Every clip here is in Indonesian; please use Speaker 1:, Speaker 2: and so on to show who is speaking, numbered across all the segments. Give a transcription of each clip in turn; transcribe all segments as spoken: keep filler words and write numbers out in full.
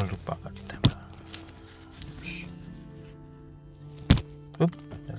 Speaker 1: lupa. Up.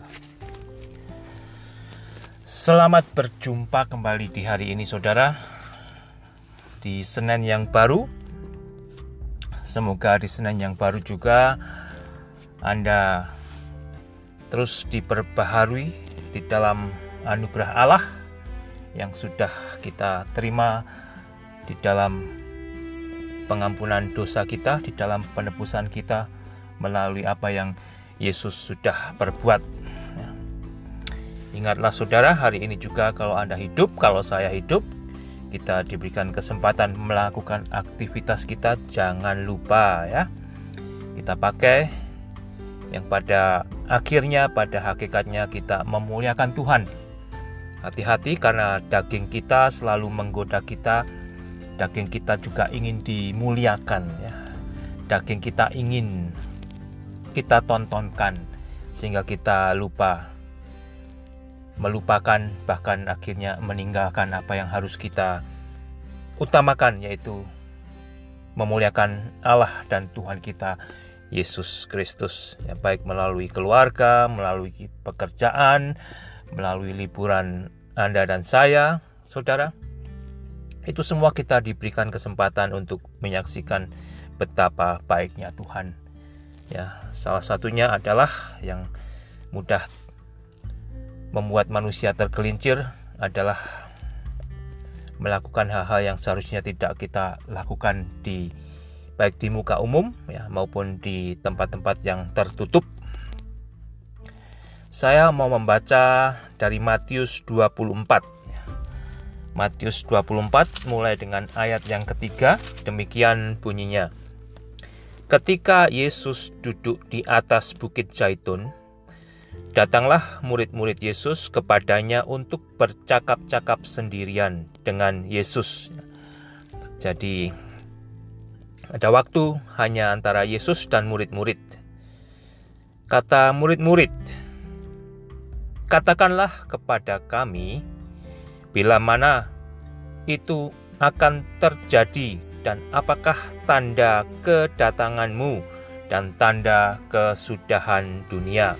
Speaker 1: Selamat berjumpa kembali di hari ini saudara, di Senin yang baru. Semoga di Senin yang baru juga Anda terus diperbaharui di dalam anugerah Allah yang sudah kita terima di dalam pengampunan dosa kita, di dalam penebusan kita melalui apa yang Yesus sudah perbuat. Ya. Ingatlah saudara, hari ini juga kalau Anda hidup, kalau saya hidup, kita diberikan kesempatan melakukan aktivitas kita. Jangan lupa ya, kita pakai yang pada akhirnya, pada hakikatnya kita memuliakan Tuhan. Hati-hati karena daging kita selalu menggoda kita. Daging kita juga ingin dimuliakan ya. Daging kita ingin kita tontonkan sehingga kita lupa, melupakan, bahkan akhirnya meninggalkan apa yang harus kita utamakan, yaitu memuliakan Allah dan Tuhan kita Yesus Kristus ya, baik melalui keluarga, melalui pekerjaan, melalui liburan Anda dan saya, saudara. Itu semua kita diberikan kesempatan untuk menyaksikan betapa baiknya Tuhan. Ya, salah satunya adalah yang mudah membuat manusia tergelincir adalah melakukan hal-hal yang seharusnya tidak kita lakukan di baik di muka umum ya maupun di tempat-tempat yang tertutup. Saya mau membaca dari Matius dua puluh empat. Matius dua puluh empat mulai dengan ayat yang ketiga, demikian bunyinya. Ketika Yesus duduk di atas Bukit Zaitun, datanglah murid-murid Yesus kepadanya untuk bercakap-cakap sendirian dengan Yesus. Jadi ada waktu hanya antara Yesus dan murid-murid. Kata murid-murid, "Katakanlah kepada kami, bila mana itu akan terjadi dan apakah tanda kedatanganmu dan tanda kesudahan dunia?"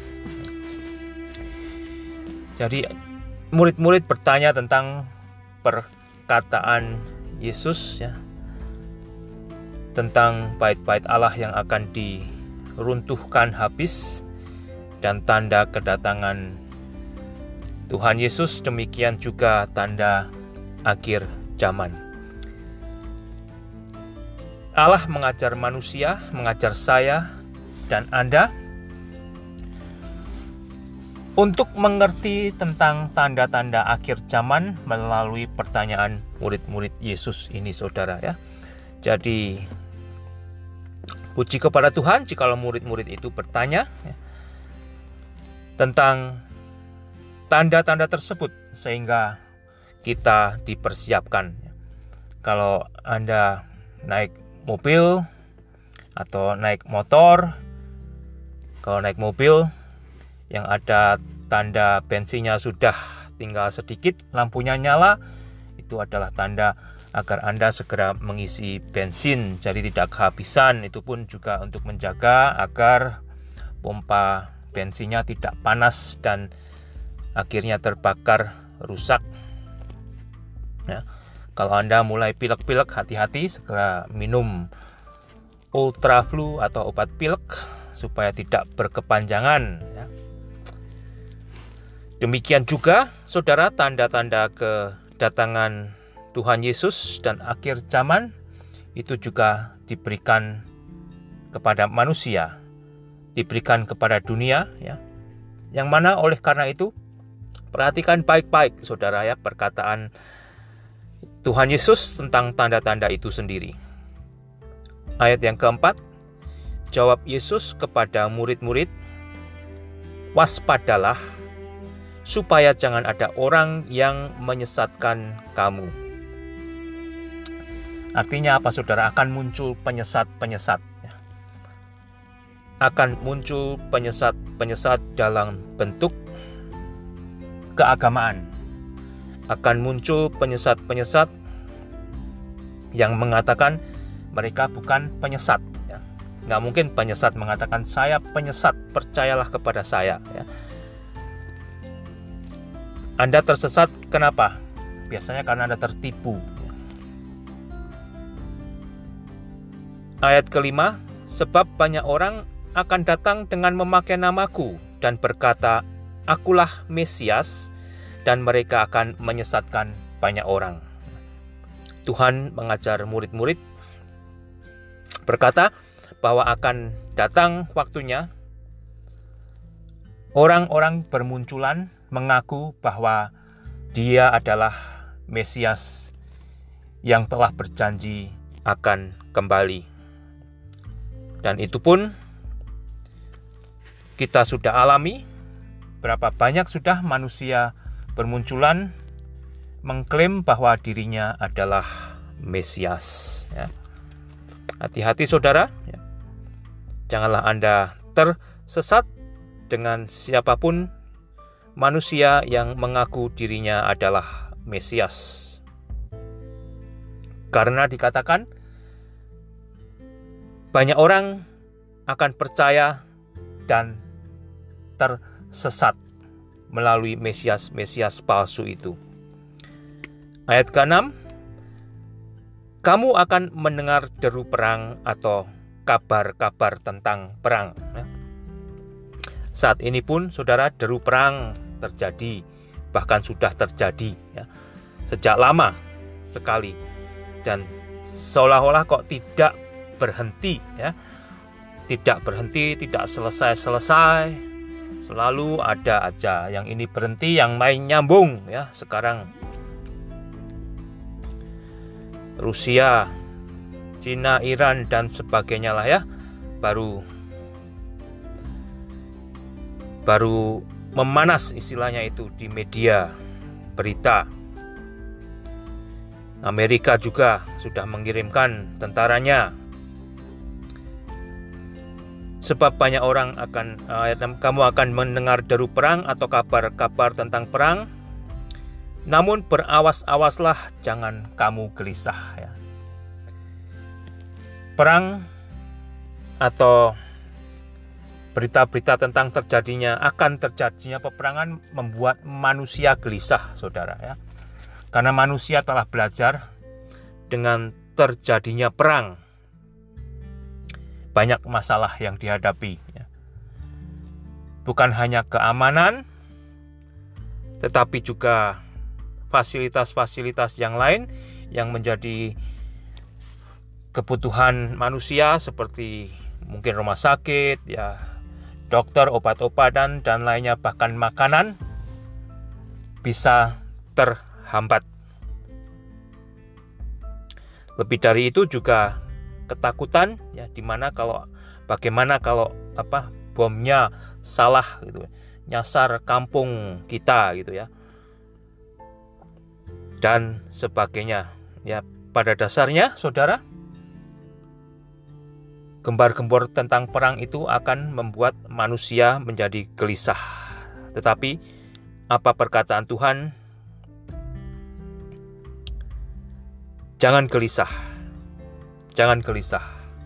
Speaker 1: Jadi murid-murid bertanya tentang perkataan Yesus ya, tentang bait-bait Allah yang akan diruntuhkan habis dan tanda kedatangan Tuhan Yesus, demikian juga tanda akhir zaman. Allah mengajar manusia, mengajar saya dan Anda untuk mengerti tentang tanda-tanda akhir zaman melalui pertanyaan murid-murid Yesus ini saudara ya. Jadi puji kepada Tuhan jikalau murid-murid itu bertanya ya, tentang tanda-tanda tersebut sehingga kita dipersiapkan. Kalau Anda naik mobil atau naik motor, kalau naik mobil yang ada tanda bensinnya sudah tinggal sedikit, lampunya nyala, itu adalah tanda agar Anda segera mengisi bensin, jadi tidak kehabisan. Itu pun juga untuk menjaga agar pompa bensinnya tidak panas dan akhirnya terbakar, rusak. Ya. Kalau Anda mulai pilek-pilek, hati-hati, segera minum Ultraflu atau obat pilek supaya tidak berkepanjangan. Ya. Demikian juga, saudara, tanda-tanda kedatangan Tuhan Yesus dan akhir zaman itu juga diberikan kepada manusia, diberikan kepada dunia, ya. Yang mana oleh karena itu, perhatikan baik-baik, saudara, ya, perkataan Tuhan Yesus tentang tanda-tanda itu sendiri. Ayat yang keempat, jawab Yesus kepada murid-murid, "Waspadalah, supaya jangan ada orang yang menyesatkan kamu." Artinya apa saudara? Akan muncul penyesat-penyesat. Akan muncul penyesat-penyesat dalam bentuk keagamaan. Akan muncul penyesat-penyesat yang mengatakan mereka bukan penyesat. Nggak mungkin penyesat mengatakan, saya penyesat, percayalah kepada saya. Ya. Anda tersesat, kenapa? Biasanya karena Anda tertipu. Ayat kelima, sebab banyak orang akan datang dengan memakai namaku dan berkata, akulah Mesias, dan mereka akan menyesatkan banyak orang. Tuhan mengajar murid-murid berkata bahwa akan datang waktunya orang-orang bermunculan mengaku bahwa dia adalah Mesias yang telah berjanji akan kembali. Dan itu pun kita sudah alami. Berapa banyak sudah manusia bermunculan mengklaim bahwa dirinya adalah Mesias. Ya. Hati-hati saudara, ya. Janganlah Anda tersesat dengan siapapun manusia yang mengaku dirinya adalah Mesias. Karena dikatakan banyak orang akan percaya dan tersesat melalui Mesias-Mesias palsu itu. Ayat keenam, kamu akan mendengar deru perang atau kabar-kabar tentang perang. Saat ini pun saudara, deru perang terjadi, bahkan sudah terjadi ya, sejak lama sekali, dan seolah-olah kok tidak berhenti ya, tidak berhenti, tidak selesai-selesai, selalu ada aja yang ini berhenti, yang main nyambung ya. Sekarang Rusia, Cina, Iran dan sebagainya lah ya, baru baru memanas istilahnya itu di media berita. Amerika juga sudah mengirimkan tentaranya. Sebab banyak orang akan ayat enam, kamu akan mendengar deru perang atau kabar-kabar tentang perang. Namun berawas-awaslah, jangan kamu gelisah ya. Perang atau berita-berita tentang terjadinya akan terjadinya peperangan membuat manusia gelisah, saudara ya. Karena manusia telah belajar dengan terjadinya perang, banyak masalah yang dihadapi ya. Bukan hanya keamanan, tetapi juga fasilitas-fasilitas yang lain yang menjadi kebutuhan manusia, seperti mungkin rumah sakit ya, dokter, obat-obatan dan lainnya, bahkan makanan bisa terhambat. Lebih dari itu juga ketakutan ya, dimana kalau bagaimana kalau apa bomnya salah gitu, nyasar kampung kita gitu ya, dan sebagainya ya. Pada dasarnya saudara, gembar-gembor tentang perang itu akan membuat manusia menjadi gelisah. Tetapi apa perkataan Tuhan? Jangan gelisah. Jangan gelisah.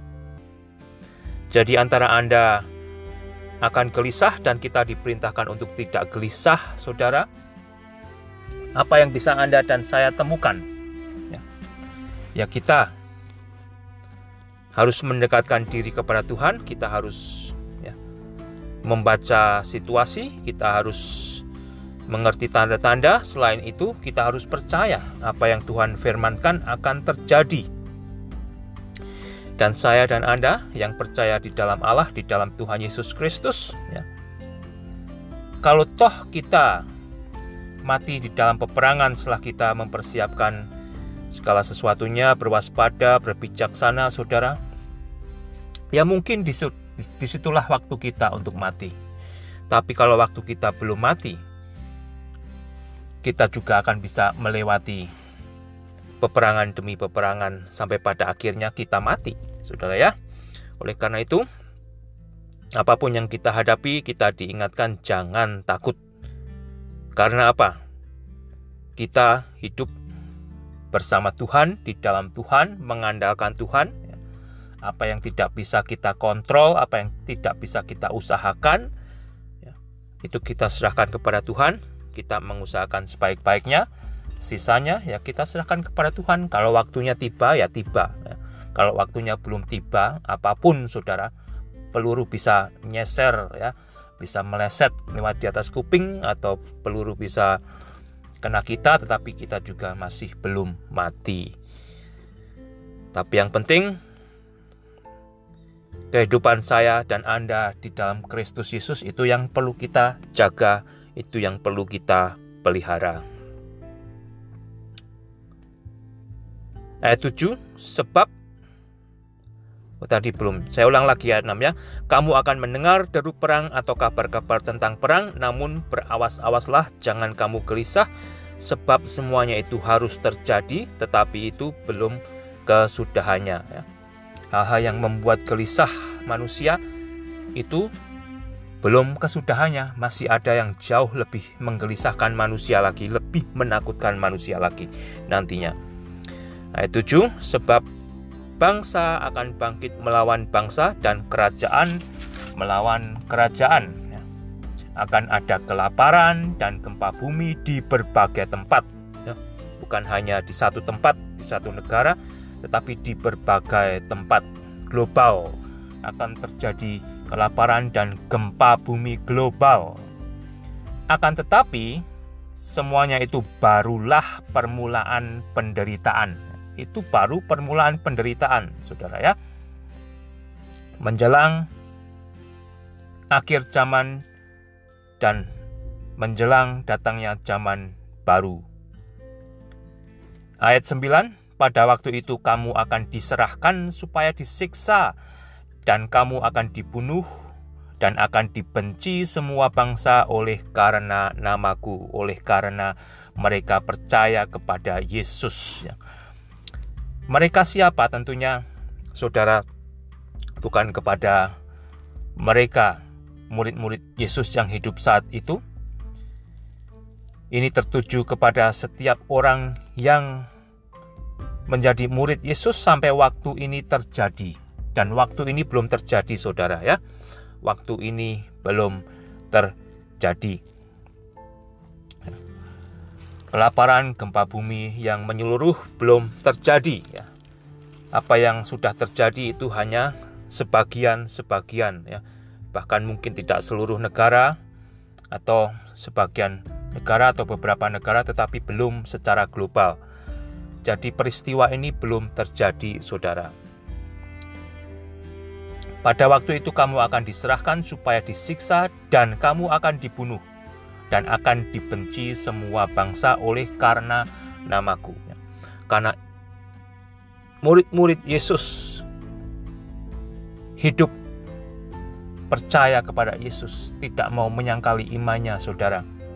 Speaker 1: Jadi antara Anda akan gelisah dan kita diperintahkan untuk tidak gelisah, saudara. Apa yang bisa Anda dan saya temukan? Ya, ya kita harus mendekatkan diri kepada Tuhan. Kita harus ya, membaca situasi. Kita harus mengerti tanda-tanda. Selain itu, kita harus percaya apa yang Tuhan firmankan akan terjadi. Dan saya dan Anda yang percaya di dalam Allah, di dalam Tuhan Yesus Kristus ya, kalau toh kita mati di dalam peperangan setelah kita mempersiapkan segala sesuatunya, berwaspada, berbijaksana, saudara, ya mungkin disitulah waktu kita untuk mati. Tapi kalau waktu kita belum mati, kita juga akan bisa melewati peperangan demi peperangan sampai pada akhirnya kita mati, saudara ya. Oleh karena itu, apapun yang kita hadapi, kita diingatkan jangan takut. Karena apa? Kita hidup bersama Tuhan, di dalam Tuhan, mengandalkan Tuhan. apa yang tidak bisa kita kontrol, apa yang tidak bisa kita usahakan, ya, itu kita serahkan kepada Tuhan. Kita mengusahakan sebaik-baiknya. Sisanya ya kita serahkan kepada Tuhan. Kalau waktunya tiba ya tiba, ya. Kalau waktunya belum tiba, apapun saudara, peluru bisa nyeser, ya, bisa meleset lewat di atas kuping, atau peluru bisa kena kita, tetapi kita juga masih belum mati. Tapi yang penting, kehidupan saya dan Anda di dalam Kristus Yesus itu yang perlu kita jaga, itu yang perlu kita pelihara. Ayat tujuh, sebab Oh, tadi belum, saya ulang lagi ayat enam ya. Kamu akan mendengar deru perang atau kabar-kabar tentang perang, namun berawas-awaslah, jangan kamu gelisah, sebab semuanya itu harus terjadi, tetapi itu belum kesudahannya. Ya. Hal-hal yang membuat gelisah manusia itu belum kesudahannya, masih ada yang jauh lebih menggelisahkan manusia lagi, lebih menakutkan manusia lagi nantinya. Ayat tujuh, sebab bangsa akan bangkit melawan bangsa dan kerajaan melawan kerajaan. Ya. Akan ada kelaparan dan gempa bumi di berbagai tempat. Ya. Bukan hanya di satu tempat, di satu negara, tetapi di berbagai tempat global akan terjadi kelaparan dan gempa bumi global. Akan tetapi, semuanya itu barulah permulaan penderitaan. Itu baru permulaan penderitaan, saudara ya. Menjelang akhir zaman dan menjelang datangnya zaman baru. Ayat sembilan, pada waktu itu kamu akan diserahkan supaya disiksa, dan kamu akan dibunuh, dan akan dibenci semua bangsa oleh karena namaku, oleh karena mereka percaya kepada Yesus. Mereka siapa? Tentunya saudara, bukan kepada mereka murid-murid Yesus yang hidup saat itu. Ini tertuju kepada setiap orang yang menjadi murid Yesus sampai waktu ini terjadi. Dan waktu ini belum terjadi, saudara ya. Waktu ini belum terjadi. Kelaparan, gempa bumi yang menyeluruh belum terjadi. Ya. Apa yang sudah terjadi itu hanya sebagian-sebagian. Ya. Bahkan mungkin tidak seluruh negara atau sebagian negara atau beberapa negara, tetapi belum secara global. Jadi peristiwa ini belum terjadi, saudara. Pada waktu itu kamu akan diserahkan supaya disiksa, dan kamu akan dibunuh, dan akan dibenci semua bangsa oleh karena namaku. Karena murid-murid Yesus hidup percaya kepada Yesus, tidak mau menyangkali imannya, saudara.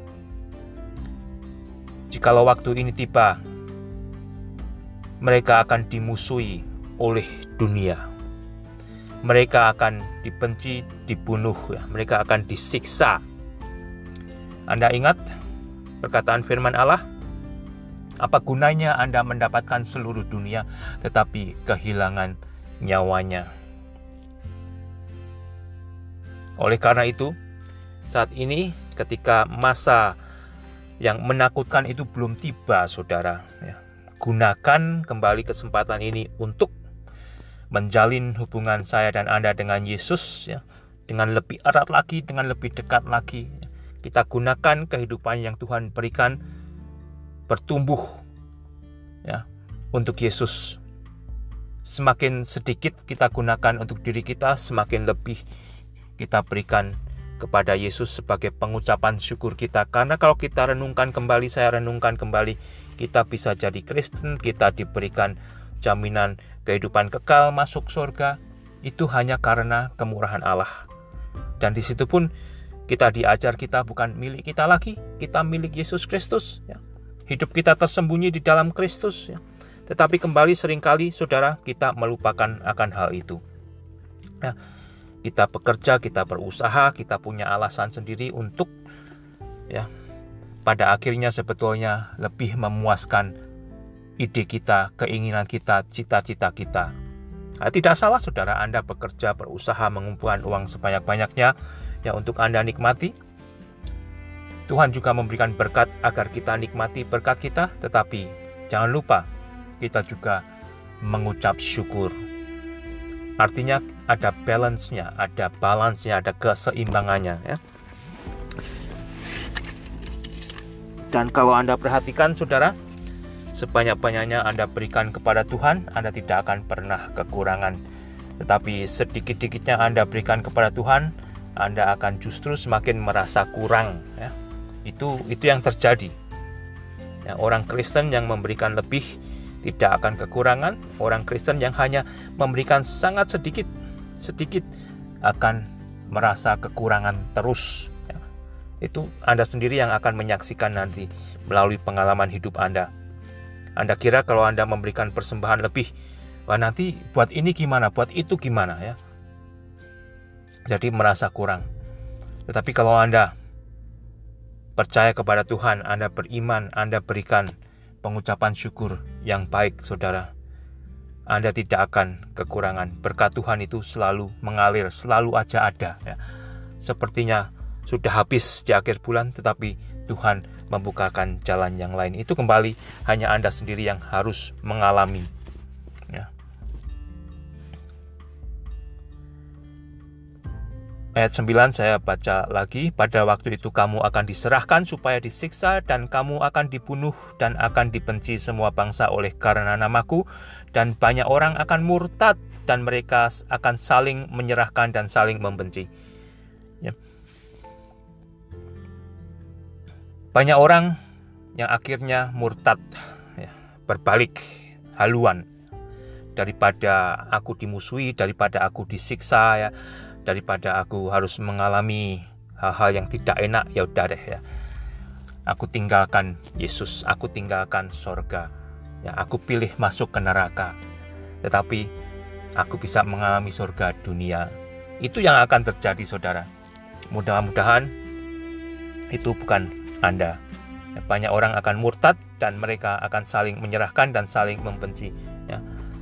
Speaker 1: Jikalau waktu ini tiba, mereka akan dimusuhi oleh dunia. Mereka akan dibenci, dibunuh, ya. Mereka akan disiksa. Anda ingat perkataan firman Allah? Apa gunanya Anda mendapatkan seluruh dunia tetapi kehilangan nyawanya? Oleh karena itu, saat ini ketika masa yang menakutkan itu belum tiba, saudara, ya, gunakan kembali kesempatan ini untuk menjalin hubungan saya dan Anda dengan Yesus, ya, dengan lebih erat lagi, dengan lebih dekat lagi. Kita gunakan kehidupan yang Tuhan berikan bertumbuh, ya, untuk Yesus. Semakin sedikit kita gunakan untuk diri kita, semakin lebih kita berikan kepada Yesus sebagai pengucapan syukur kita. Karena kalau kita renungkan kembali, saya renungkan kembali, kita bisa jadi Kristen, kita diberikan jaminan kehidupan kekal masuk surga, itu hanya karena kemurahan Allah. Dan di situ pun kita diajar kita bukan milik kita lagi, kita milik Yesus Kristus. Ya. Hidup kita tersembunyi di dalam Kristus. Ya. Tetapi kembali seringkali, saudara, kita melupakan akan hal itu. Ya. Kita bekerja, kita berusaha, kita punya alasan sendiri untuk, ya, pada akhirnya sebetulnya lebih memuaskan ide kita, keinginan kita, cita-cita kita. Nah, tidak salah saudara Anda bekerja, berusaha mengumpulkan uang sebanyak-banyaknya ya untuk Anda nikmati. Tuhan juga memberikan berkat agar kita nikmati berkat kita, tetapi jangan lupa kita juga mengucap syukur. Artinya ada balance-nya, ada balance-nya, ada keseimbangannya ya. Dan kalau Anda perhatikan saudara, sebanyak-banyaknya Anda berikan kepada Tuhan, Anda tidak akan pernah kekurangan. Tetapi sedikit-sedikitnya Anda berikan kepada Tuhan, Anda akan justru semakin merasa kurang. Ya. Itu itu yang terjadi. Ya, orang Kristen yang memberikan lebih tidak akan kekurangan. Orang Kristen yang hanya memberikan sangat sedikit, sedikit akan merasa kekurangan terus. Ya. Itu Anda sendiri yang akan menyaksikan nanti melalui pengalaman hidup Anda. Anda kira kalau Anda memberikan persembahan lebih, wah nanti buat ini gimana, buat itu gimana ya. Jadi merasa kurang. Tetapi kalau Anda percaya kepada Tuhan, Anda beriman, Anda berikan pengucapan syukur yang baik saudara, Anda tidak akan kekurangan. Berkat Tuhan itu selalu mengalir, selalu aja ada ya. Sepertinya sudah habis di akhir bulan, tetapi Tuhan membukakan jalan yang lain. Itu kembali hanya Anda sendiri yang harus mengalami ya. Ayat sembilan saya baca lagi. Pada waktu itu kamu akan diserahkan supaya disiksa, dan kamu akan dibunuh dan akan dibenci semua bangsa oleh karena namaku, dan banyak orang akan murtad, dan mereka akan saling menyerahkan dan saling membenci ya. Banyak orang yang akhirnya murtad, ya, berbalik haluan. Daripada aku dimusuhi, daripada aku disiksa, ya, daripada aku harus mengalami hal-hal yang tidak enak, ya udah deh ya. Aku tinggalkan Yesus, aku tinggalkan sorga, ya, aku pilih masuk ke neraka. Tetapi aku bisa mengalami sorga dunia. Itu yang akan terjadi saudara. Mudah-mudahan itu bukan Anda. Banyak orang akan murtad dan mereka akan saling menyerahkan dan saling membenci ya.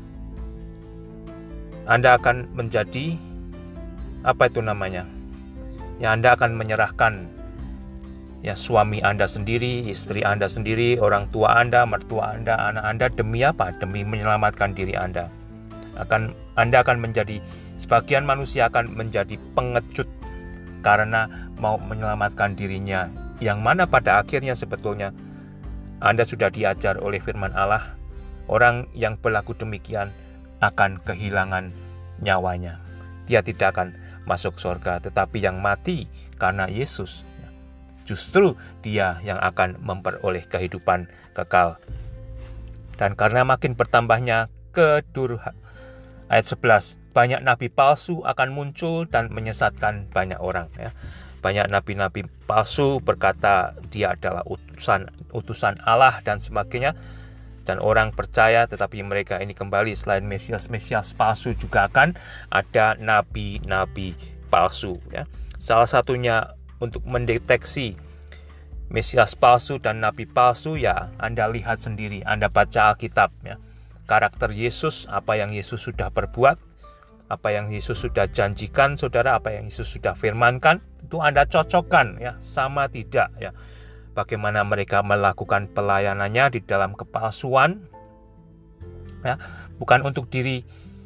Speaker 1: Anda akan menjadi apa itu namanya ya, Anda akan menyerahkan ya suami Anda sendiri, istri Anda sendiri, orang tua Anda, mertua Anda, anak Anda, demi apa? Demi menyelamatkan diri Anda. Akan Anda akan menjadi, sebagian manusia akan menjadi pengecut karena mau menyelamatkan dirinya, yang mana pada akhirnya sebetulnya Anda sudah diajar oleh firman Allah, orang yang berlaku demikian akan kehilangan nyawanya. Dia tidak akan masuk surga, tetapi yang mati karena Yesus, justru dia yang akan memperoleh kehidupan kekal. Dan karena makin bertambahnya kedurhakaan, ayat sebelas, banyak nabi palsu akan muncul dan menyesatkan banyak orang ya. Banyak nabi-nabi palsu berkata dia adalah utusan utusan Allah dan sebagainya, dan orang percaya, tetapi mereka ini kembali selain Mesias-Mesias palsu juga akan ada nabi-nabi palsu ya. Salah satunya untuk mendeteksi Mesias palsu dan nabi palsu ya, Anda lihat sendiri, Anda baca Alkitab ya. Karakter Yesus, apa yang Yesus sudah perbuat, apa yang Yesus sudah janjikan saudara, apa yang Yesus sudah firmankan, itu Anda cocokkan ya, sama tidak ya. Bagaimana mereka melakukan pelayanannya di dalam kepalsuan ya, bukan untuk diri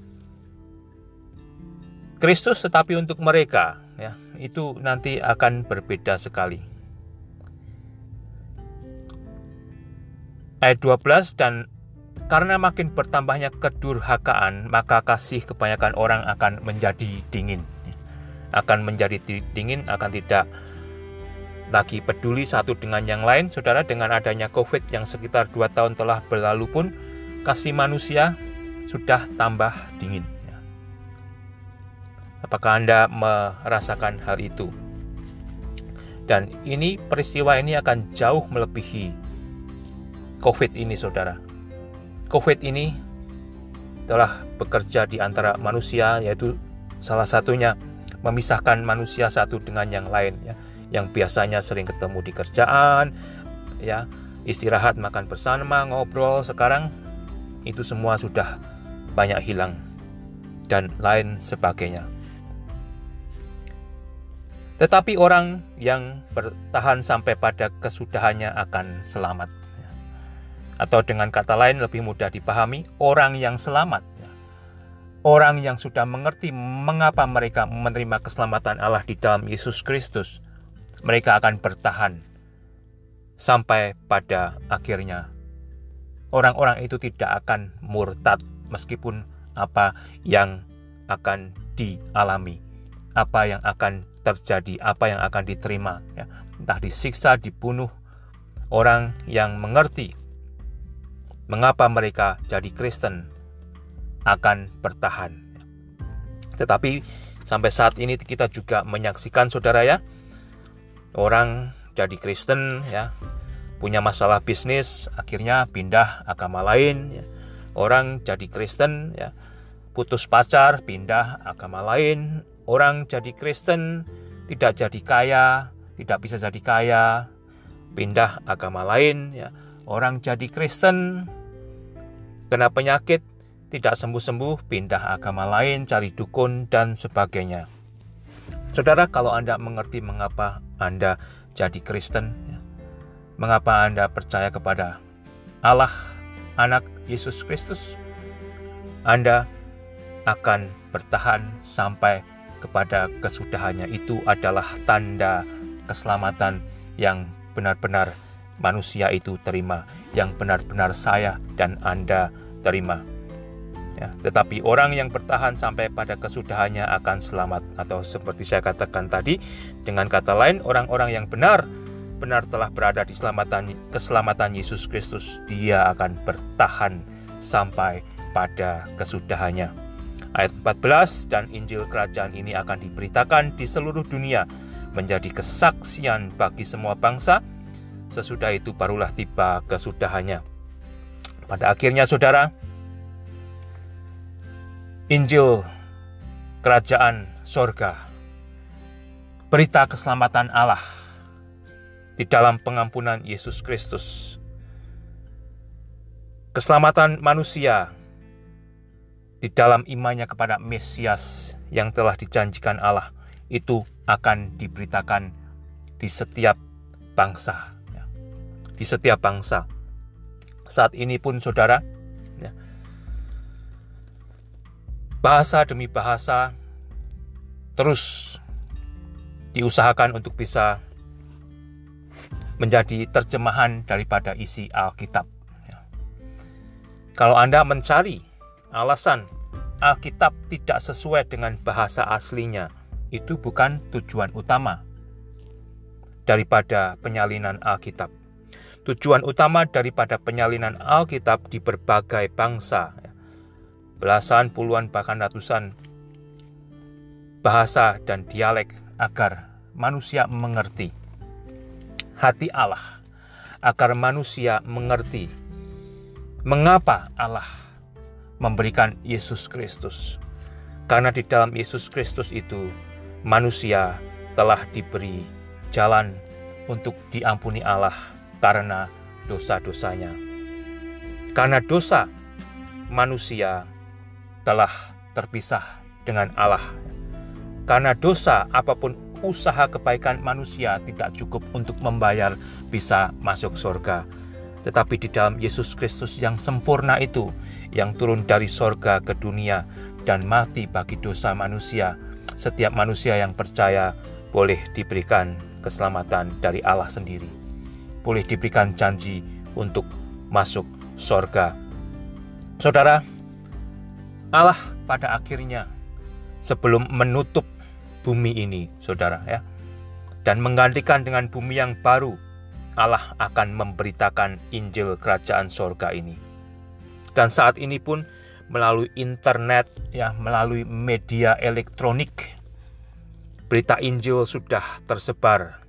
Speaker 1: Kristus tetapi untuk mereka ya. Itu nanti akan berbeda sekali. Ayat dua belas, dan karena makin bertambahnya kedurhakaan, maka kasih kebanyakan orang akan menjadi dingin. Akan menjadi dingin, akan tidak lagi peduli satu dengan yang lain. Saudara, dengan adanya COVID yang sekitar dua tahun telah berlalu pun, kasih manusia sudah tambah dingin. Apakah Anda merasakan hal itu? Dan ini, peristiwa ini akan jauh melebihi COVID ini saudara. COVID ini telah bekerja di antara manusia, yaitu salah satunya memisahkan manusia satu dengan yang lain ya. Yang biasanya sering ketemu di kerjaan ya, istirahat, makan bersama, ngobrol, sekarang itu semua sudah banyak hilang. dan lain sebagainya. Tetapi orang yang bertahan sampai pada kesudahannya akan selamat. Atau dengan kata lain lebih mudah dipahami, orang yang selamat, orang yang sudah mengerti mengapa mereka menerima keselamatan Allah di dalam Yesus Kristus, mereka akan bertahan sampai pada akhirnya. Orang-orang itu tidak akan murtad meskipun apa yang akan dialami, apa yang akan terjadi, apa yang akan diterima, ya. Entah disiksa, dibunuh. Orang yang mengerti mengapa mereka jadi Kristen akan bertahan. Tetapi sampai saat ini kita juga menyaksikan, saudara ya, orang jadi Kristen ya, punya masalah bisnis, akhirnya pindah agama lain ya. Orang jadi Kristen ya, putus pacar, pindah agama lain. Orang jadi Kristen tidak jadi kaya, tidak bisa jadi kaya, pindah agama lain ya. Orang jadi Kristen kena penyakit, tidak sembuh-sembuh, pindah agama lain, cari dukun dan sebagainya. Saudara, kalau Anda mengerti mengapa Anda jadi Kristen ya, mengapa Anda percaya kepada Allah, Anak Yesus Kristus, Anda akan bertahan sampai kepada kesudahannya. Itu adalah tanda keselamatan yang benar-benar manusia itu terima, yang benar-benar saya dan Anda terima. Ya, tetapi orang yang bertahan sampai pada kesudahannya akan selamat. Atau seperti saya katakan tadi, dengan kata lain, orang-orang yang benar benar telah berada di keselamatan, keselamatan Yesus Kristus, dia akan bertahan sampai pada kesudahannya. Ayat empat belas, dan Injil Kerajaan ini akan diberitakan di seluruh dunia, menjadi kesaksian bagi semua bangsa. Sesudah itu barulah tiba kesudahannya. Pada akhirnya, saudara, Injil Kerajaan Sorga, berita keselamatan Allah di dalam pengampunan Yesus Kristus, keselamatan manusia di dalam imannya kepada Mesias yang telah dijanjikan Allah, itu akan diberitakan di setiap bangsa, ya. Di setiap bangsa. Saat ini pun, saudara, ya, bahasa demi bahasa terus diusahakan untuk bisa menjadi terjemahan daripada isi Alkitab. Ya. Kalau Anda mencari alasan Alkitab tidak sesuai dengan bahasa aslinya, itu bukan tujuan utama daripada penyalinan Alkitab. Tujuan utama daripada penyalinan Alkitab di berbagai bangsa, belasan, puluhan, bahkan ratusan bahasa dan dialek, agar manusia mengerti hati Allah, agar manusia mengerti mengapa Allah memberikan Yesus Kristus. Karena di dalam Yesus Kristus itu manusia telah diberi jalan untuk diampuni Allah karena dosa-dosanya. Karena dosa, manusia telah terpisah dengan Allah. Karena dosa, apapun usaha kebaikan manusia tidak cukup untuk membayar bisa masuk surga. Tetapi di dalam Yesus Kristus yang sempurna itu, yang turun dari sorga ke dunia dan mati bagi dosa manusia, setiap manusia yang percaya boleh diberikan keselamatan dari Allah sendiri, boleh diberikan janji untuk masuk sorga. Saudara, Allah pada akhirnya sebelum menutup bumi ini, saudara ya, dan menggantikan dengan bumi yang baru, Allah akan memberitakan Injil Kerajaan Sorga ini. Dan saat ini pun melalui internet, ya, melalui media elektronik, berita Injil sudah tersebar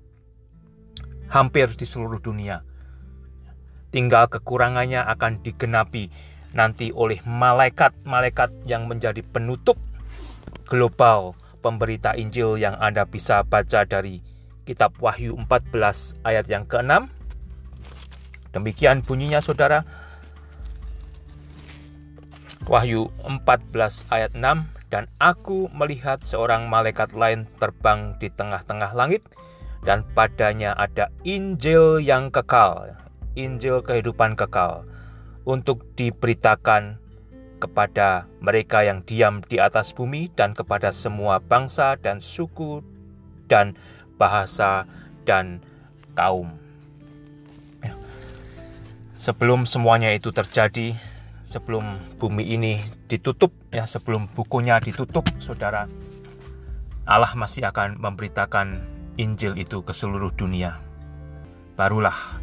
Speaker 1: hampir di seluruh dunia. Tinggal kekurangannya akan digenapi nanti oleh malaikat-malaikat yang menjadi penutup global pemberita Injil yang Anda bisa baca dari kitab Wahyu empat belas ayat yang keenam. Demikian bunyinya, saudara. Wahyu empat belas ayat enam, dan aku melihat seorang malaikat lain terbang di tengah-tengah langit, dan padanya ada Injil yang kekal, Injil kehidupan kekal, untuk diberitakan kepada mereka yang diam di atas bumi, dan kepada semua bangsa dan suku dan bahasa dan kaum. Sebelum semuanya itu terjadi, sebelum bumi ini ditutup, ya, sebelum bukunya ditutup, saudara, Allah masih akan memberitakan Injil itu ke seluruh dunia. Barulah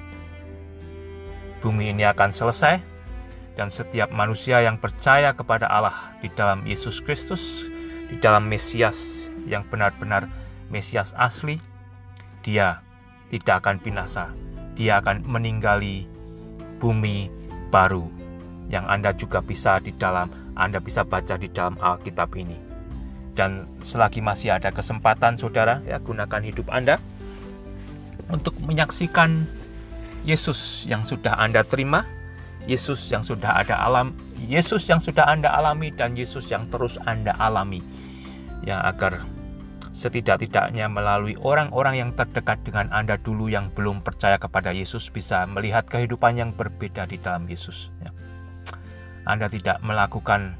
Speaker 1: bumi ini akan selesai, dan setiap manusia yang percaya kepada Allah di dalam Yesus Kristus, di dalam Mesias yang benar-benar Mesias asli, dia tidak akan binasa. Dia akan meninggali bumi baru yang Anda juga bisa di dalam, Anda bisa baca di dalam Alkitab ini. Dan selagi masih ada kesempatan, saudara, ya, gunakan hidup Anda untuk menyaksikan Yesus yang sudah Anda terima, Yesus yang sudah ada alam, Yesus yang sudah Anda alami, dan Yesus yang terus Anda alami. Ya, agar setidak-tidaknya melalui orang-orang yang terdekat dengan Anda dulu yang belum percaya kepada Yesus bisa melihat kehidupan yang berbeda di dalam Yesus. Ya. Anda tidak melakukan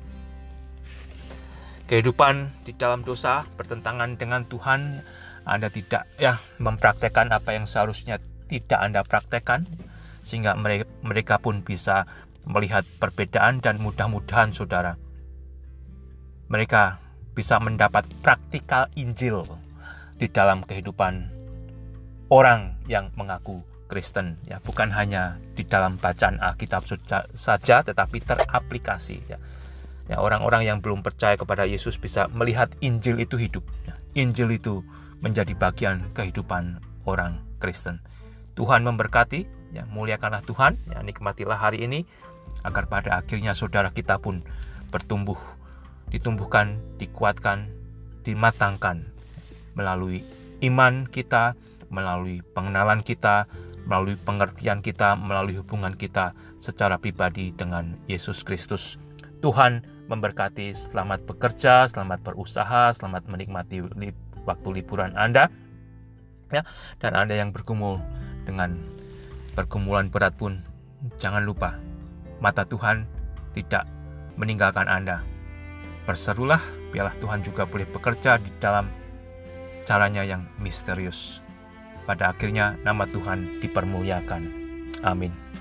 Speaker 1: kehidupan di dalam dosa, bertentangan dengan Tuhan. Anda tidak ya mempraktekkan apa yang seharusnya tidak Anda praktekkan, sehingga mereka pun bisa melihat perbedaan, dan mudah-mudahan, saudara, mereka bisa mendapat praktikal Injil di dalam kehidupan orang yang mengaku Kristen, ya, bukan hanya di dalam bacaan Alkitab saja, tetapi teraplikasi, ya. Ya, orang-orang yang belum percaya kepada Yesus bisa melihat Injil itu hidup, ya. Injil itu menjadi bagian kehidupan orang Kristen. Tuhan memberkati, ya, muliakanlah Tuhan, ya, nikmatilah hari ini, agar pada akhirnya saudara kita pun bertumbuh, ditumbuhkan, dikuatkan, dimatangkan melalui iman kita, melalui pengenalan kita, melalui pengertian kita, melalui hubungan kita secara pribadi dengan Yesus Kristus. Tuhan memberkati. Selamat bekerja, selamat berusaha, selamat menikmati li- waktu liburan Anda, ya. Dan Anda yang bergumul dengan pergumulan berat pun, jangan lupa, mata Tuhan tidak meninggalkan Anda. Berserulah, biarlah Tuhan juga boleh bekerja di dalam caranya yang misterius. Pada akhirnya nama Tuhan dipermuliakan. Amin.